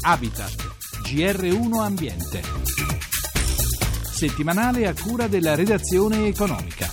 Habitat, GR1 Ambiente. Settimanale a cura della redazione economica.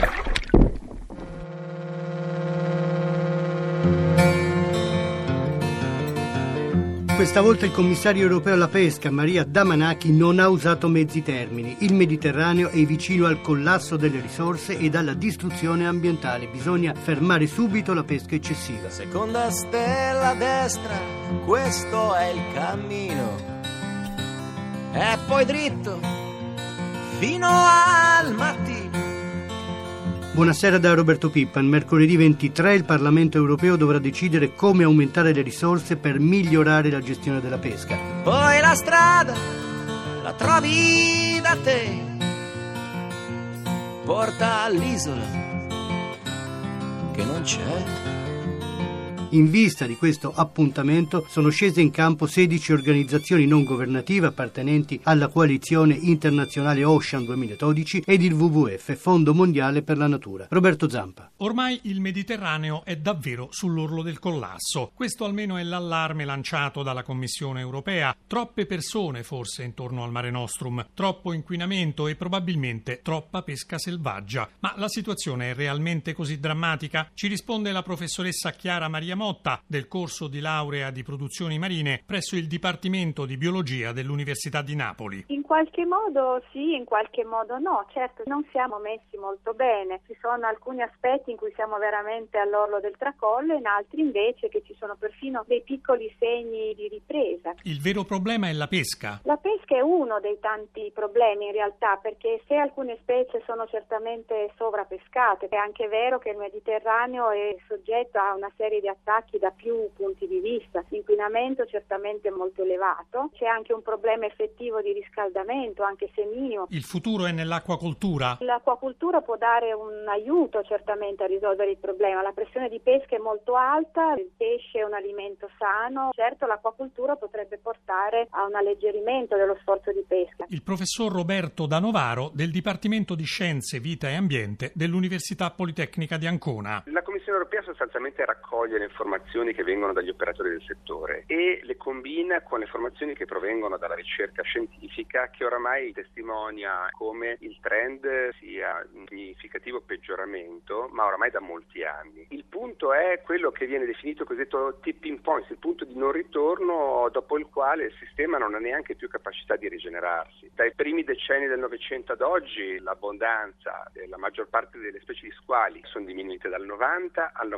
Questa volta il commissario europeo alla pesca, Maria Damanaki, non ha usato mezzi termini. Il Mediterraneo è vicino al collasso delle risorse e alla distruzione ambientale. Bisogna fermare subito la pesca eccessiva. Seconda stella a destra, questo è il cammino. E poi dritto, fino al mattino. Buonasera da Roberto Pippan. Mercoledì 23 il Parlamento europeo dovrà decidere come aumentare le risorse per migliorare la gestione della pesca. Poi la strada la trovi da te, porta all'isola che non c'è. In vista di questo appuntamento sono scese in campo 16 organizzazioni non governative appartenenti alla coalizione internazionale Ocean 2012 ed il WWF, Fondo Mondiale per la Natura. Roberto Zampa. Ormai il Mediterraneo è davvero sull'orlo del collasso. Questo almeno è l'allarme lanciato dalla Commissione europea. Troppe persone forse intorno al Mare Nostrum, troppo inquinamento e probabilmente troppa pesca selvaggia. Ma la situazione è realmente così drammatica? Ci risponde la professoressa Chiara Maria Motta del corso di laurea di produzioni marine presso il Dipartimento di Biologia dell'Università di Napoli. In qualche modo sì, in qualche modo no. Certo, non siamo messi molto bene. Ci sono alcuni aspetti in cui siamo veramente all'orlo del tracollo e in altri invece che ci sono perfino dei piccoli segni di ripresa. Il vero problema è la pesca. La pesca è uno dei tanti problemi in realtà, perché se alcune specie sono certamente sovrapescate, è anche vero che il Mediterraneo è soggetto a una serie di attacchi da più punti di vista. L'inquinamento certamente è molto elevato, c'è anche un problema effettivo di riscaldamento, anche se minimo. Il futuro è nell'acquacoltura? L'acquacoltura può dare un aiuto certamente a risolvere il problema. La pressione di pesca è molto alta, il pesce è un alimento sano. Certo, l'acquacoltura potrebbe portare a un alleggerimento dello sforzo di pesca. Il professor Roberto Danovaro del Dipartimento di Scienze, Vita e Ambiente dell'Università Politecnica di Ancona. La Commissione europea sostanzialmente raccoglie le informazioni che vengono dagli operatori del settore e le combina con le informazioni che provengono dalla ricerca scientifica, che oramai testimonia come il trend sia un significativo peggioramento, ma oramai da molti anni. Il punto è quello che viene definito cosiddetto tipping point, il punto di non ritorno dopo il quale il sistema non ha neanche più capacità di rigenerarsi. Dai primi decenni del Novecento ad oggi l'abbondanza della maggior parte delle specie di squali sono diminuite dal 90 al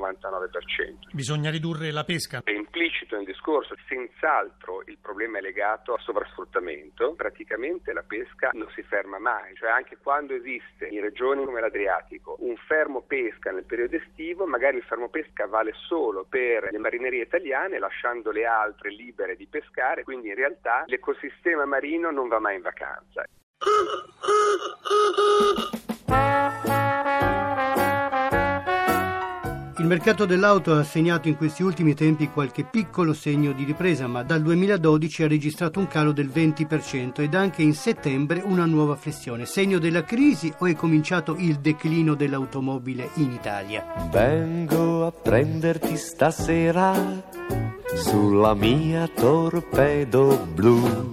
99%. Bisogna ridurre la pesca. È implicito nel discorso, senz'altro il problema è legato al sovrasfruttamento. Praticamente la pesca non si ferma mai, cioè anche quando esiste in regioni come l'Adriatico un fermo pesca nel periodo estivo, magari il fermo pesca vale solo per le marinerie italiane, lasciando le altre libere di pescare, quindi in realtà l'ecosistema marino non va mai in vacanza. Il mercato dell'auto ha segnato in questi ultimi tempi qualche piccolo segno di ripresa, ma dal 2012 ha registrato un calo del 20% ed anche in settembre una nuova flessione. Segno della crisi o è cominciato il declino dell'automobile in Italia? Vengo a prenderti stasera sulla mia torpedo blu.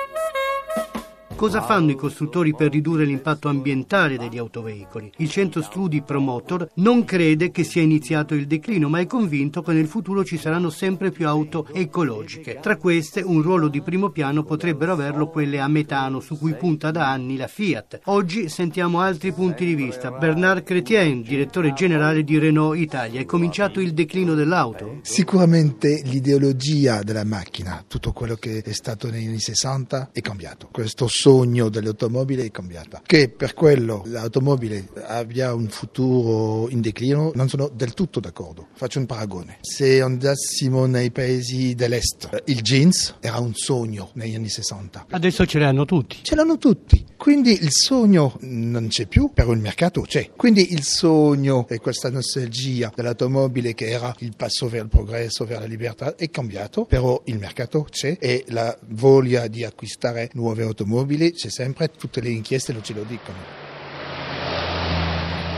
Cosa fanno i costruttori per ridurre l'impatto ambientale degli autoveicoli? Il centro studi Promotor non crede che sia iniziato il declino, ma è convinto che nel futuro ci saranno sempre più auto ecologiche. Tra queste un ruolo di primo piano potrebbero averlo quelle a metano, su cui punta da anni la Fiat. Oggi sentiamo altri punti di vista. Bernard Chrétien, direttore generale di Renault Italia. È cominciato il declino dell'auto? Sicuramente l'ideologia della macchina, tutto quello che è stato negli anni 60 è cambiato. Questo sogno dell'automobile è cambiata. Che per quello l'automobile abbia un futuro in declino non sono del tutto d'accordo. Faccio un paragone. Se andassimo nei paesi dell'est, il jeans era un sogno negli anni 60. Adesso ce l'hanno tutti. Ce l'hanno tutti. Quindi il sogno non c'è più, però il mercato c'è. Quindi il sogno e questa nostalgia dell'automobile che era il passo verso il progresso, verso la libertà è cambiato, però il mercato c'è e la voglia di acquistare nuove automobili c'è sempre, tutte le inchieste ce lo dicono.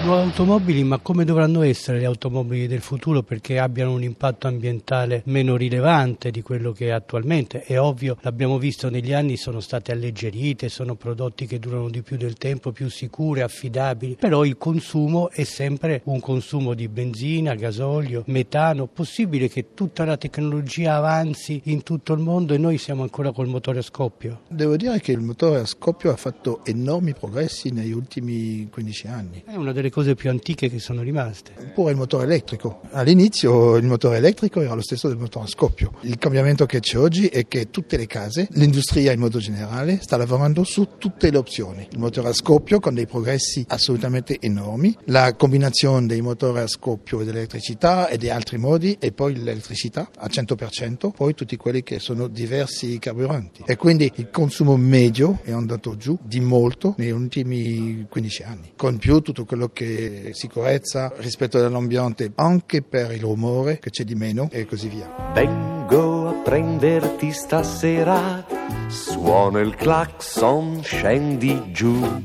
Nuove automobili, ma come dovranno essere le automobili del futuro perché abbiano un impatto ambientale meno rilevante di quello che è attualmente? È ovvio, l'abbiamo visto negli anni, sono state alleggerite, sono prodotti che durano di più del tempo, più sicure, affidabili, però il consumo è sempre un consumo di benzina, gasolio, metano. Possibile che tutta la tecnologia avanzi in tutto il mondo e noi siamo ancora col motore a scoppio? Devo dire che il motore a scoppio ha fatto enormi progressi negli ultimi 15 anni. È una delle cose più antiche che sono rimaste. Oppure il motore elettrico. All'inizio il motore elettrico era lo stesso del motore a scoppio. Il cambiamento che c'è oggi è che tutte le case, l'industria in modo generale, sta lavorando su tutte le opzioni. Il motore a scoppio con dei progressi assolutamente enormi, la combinazione dei motori a scoppio e dell'elettricità e di altri modi, e poi l'elettricità a 100%, poi tutti quelli che sono diversi carburanti. E quindi il consumo medio è andato giù di molto negli ultimi 15 anni. Con più tutto quello che è sicurezza, rispetto dell'ambiente, anche per il rumore che c'è di meno e così via. Vengo a prenderti stasera, suona il clacson, scendi giù.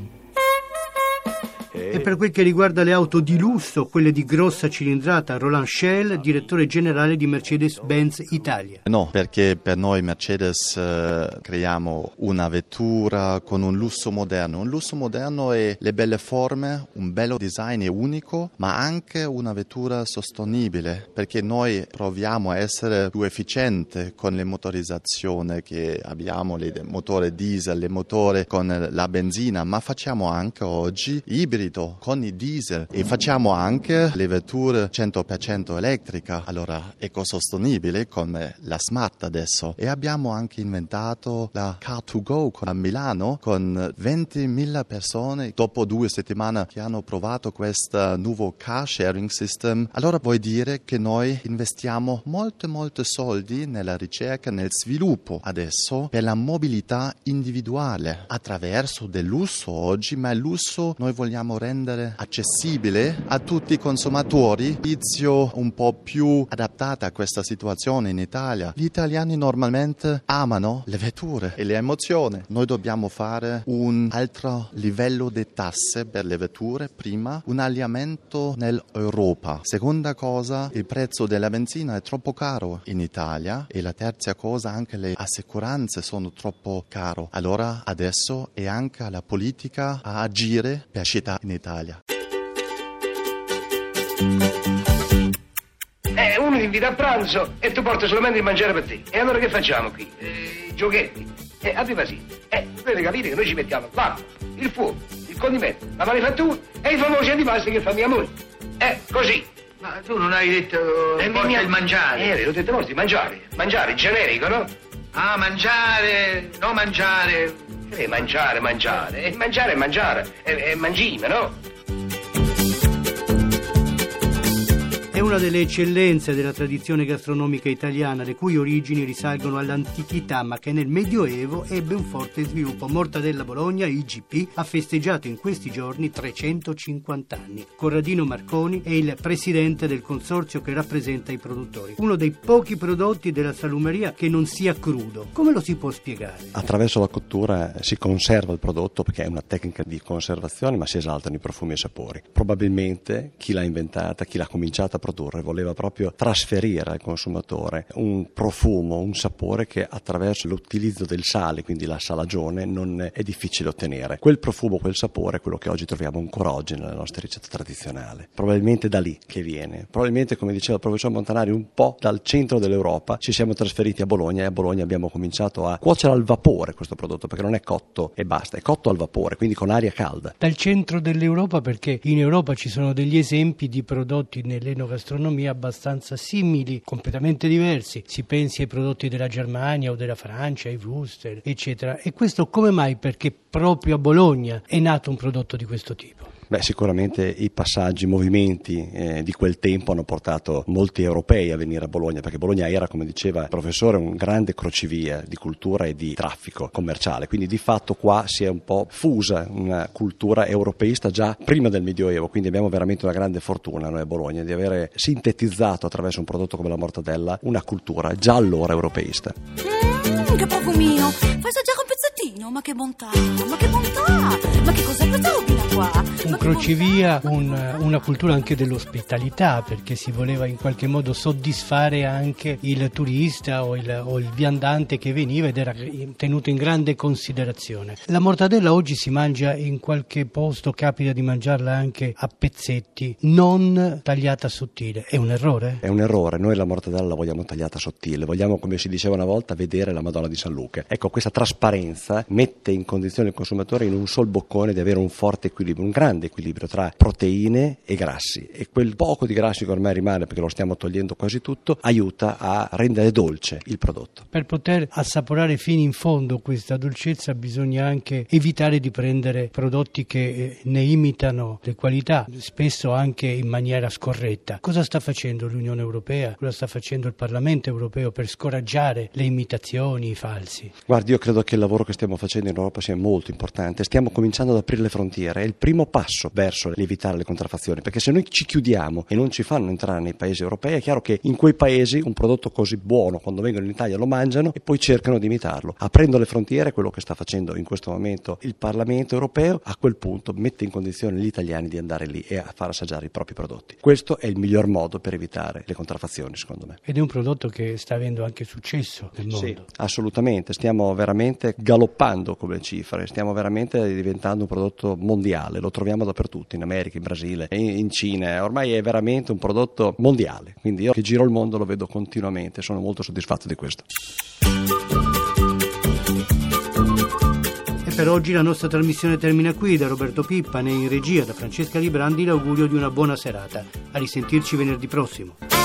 E per quel che riguarda le auto di lusso, quelle di grossa cilindrata, Roland Schell, direttore generale di Mercedes-Benz Italia. No, perché per noi Mercedes creiamo una vettura con un lusso moderno. Un lusso moderno è le belle forme, un bello design è unico, ma anche una vettura sostenibile, perché noi proviamo a essere più efficienti con le motorizzazioni che abbiamo, le motori diesel, le motori con la benzina, ma facciamo anche oggi ibridi con i diesel e facciamo anche le vetture 100% elettrica, allora ecosostenibile come la Smart adesso, e abbiamo anche inventato la Car2Go a Milano con 20.000 persone dopo 2 settimane che hanno provato questo nuovo car sharing system. Allora vuol dire che noi investiamo molti soldi nella ricerca, nel sviluppo adesso per la mobilità individuale attraverso del lusso oggi, ma il lusso noi vogliamo rendere accessibile a tutti i consumatori, vizio un po' più adattata a questa situazione in Italia. Gli italiani normalmente amano le vetture e le emozioni. Noi dobbiamo fare un altro livello di tasse per le vetture, prima un allineamento nell'Europa. Seconda cosa, il prezzo della benzina è troppo caro in Italia, e la terza cosa, anche le assicuranze sono troppo caro. Allora adesso è anche alla politica a agire per città in Italia. Uno ti invita a pranzo e tu porti solamente il mangiare per te. E allora che facciamo qui? Giochetti. Abbi pazienza. Dovete capire che noi ci mettiamo l'acqua, il fuoco, il condimento, la manifattura e i famosi antipasti che fanno gli amori. Così. Ma tu non hai detto porta il mangiare? L'ho detto porti mangiare. Mangiare, generico, no? Ah, mangiare, no mangiare. Mangiare. Mangiare è mangiare. È mangime, no? È una delle eccellenze della tradizione gastronomica italiana, le cui origini risalgono all'antichità, ma che nel Medioevo ebbe un forte sviluppo. Mortadella Bologna, IGP, ha festeggiato in questi giorni 350 anni. Corradino Marconi è il presidente del consorzio che rappresenta i produttori. Uno dei pochi prodotti della salumeria che non sia crudo. Come lo si può spiegare? Attraverso la cottura si conserva il prodotto, perché è una tecnica di conservazione, ma si esaltano i profumi e i sapori. Probabilmente chi l'ha inventata, chi l'ha cominciata a produrre, voleva proprio trasferire al consumatore un profumo, un sapore che attraverso l'utilizzo del sale, quindi la salagione, non è difficile ottenere. Quel profumo, quel sapore è quello che oggi troviamo ancora oggi nelle nostre ricette tradizionali. Probabilmente da lì che viene. Probabilmente, come diceva il professor Montanari, un po' dal centro dell'Europa ci siamo trasferiti a Bologna, e a Bologna abbiamo cominciato a cuocere al vapore questo prodotto, perché non è cotto e basta, è cotto al vapore, quindi con aria calda. Dal centro dell'Europa, perché in Europa ci sono degli esempi di prodotti nell'enogastronomia abbastanza simili, completamente diversi. Si pensi ai prodotti della Germania o della Francia, ai Wurster, eccetera. E questo come mai? Perché proprio a Bologna è nato un prodotto di questo tipo? Beh, sicuramente i passaggi, i movimenti di quel tempo hanno portato molti europei a venire a Bologna, perché Bologna era, come diceva il professore, un grande crocevia di cultura e di traffico commerciale, quindi di fatto qua si è un po' fusa una cultura europeista già prima del Medioevo, quindi abbiamo veramente una grande fortuna noi a Bologna di avere sintetizzato attraverso un prodotto come la mortadella una cultura già allora europeista. Che profumino! Fai assaggiare un pezzettino? Antonino, ma che bontà, ma che bontà, ma che cos'è questa robina qua? Un crocevia, una cultura anche dell'ospitalità, perché si voleva in qualche modo soddisfare anche il turista o il viandante che veniva ed era tenuto in grande considerazione. La mortadella oggi si mangia in qualche posto, capita di mangiarla anche a pezzetti, non tagliata sottile. È un errore? È un errore, noi la mortadella la vogliamo tagliata sottile, vogliamo, come si diceva una volta, vedere la Madonna di San Luca. Ecco, questa trasparenza mette in condizione il consumatore in un sol boccone di avere un forte equilibrio, un grande equilibrio tra proteine e grassi, e quel poco di grassi che ormai rimane, perché lo stiamo togliendo quasi tutto, aiuta a rendere dolce il prodotto. Per poter assaporare fino in fondo questa dolcezza bisogna anche evitare di prendere prodotti che ne imitano le qualità, spesso anche in maniera scorretta. Cosa sta facendo l'Unione Europea? Cosa sta facendo il Parlamento Europeo per scoraggiare le imitazioni, i falsi? Guardi, io credo che il lavoro che stiamo facendo in Europa sia molto importante. Stiamo cominciando ad aprire le frontiere, è il primo passo verso l'evitare le contraffazioni, perché se noi ci chiudiamo e non ci fanno entrare nei paesi europei, è chiaro che in quei paesi un prodotto così buono, quando vengono in Italia lo mangiano e poi cercano di imitarlo. Aprendo le frontiere, quello che sta facendo in questo momento il Parlamento Europeo, a quel punto mette in condizione gli italiani di andare lì e a far assaggiare i propri prodotti. Questo è il miglior modo per evitare le contraffazioni, secondo me. Ed è un prodotto che sta avendo anche successo nel mondo. Sì, assolutamente, stiamo veramente galoppando come cifre, stiamo veramente diventando un prodotto mondiale, lo troviamo dappertutto, in America, in Brasile, in Cina, ormai è veramente un prodotto mondiale, quindi io che giro il mondo lo vedo continuamente, sono molto soddisfatto di questo. E per oggi la nostra trasmissione termina qui. Da Roberto Pippan e in regia da Francesca Librandi l'augurio di una buona serata. A risentirci venerdì prossimo.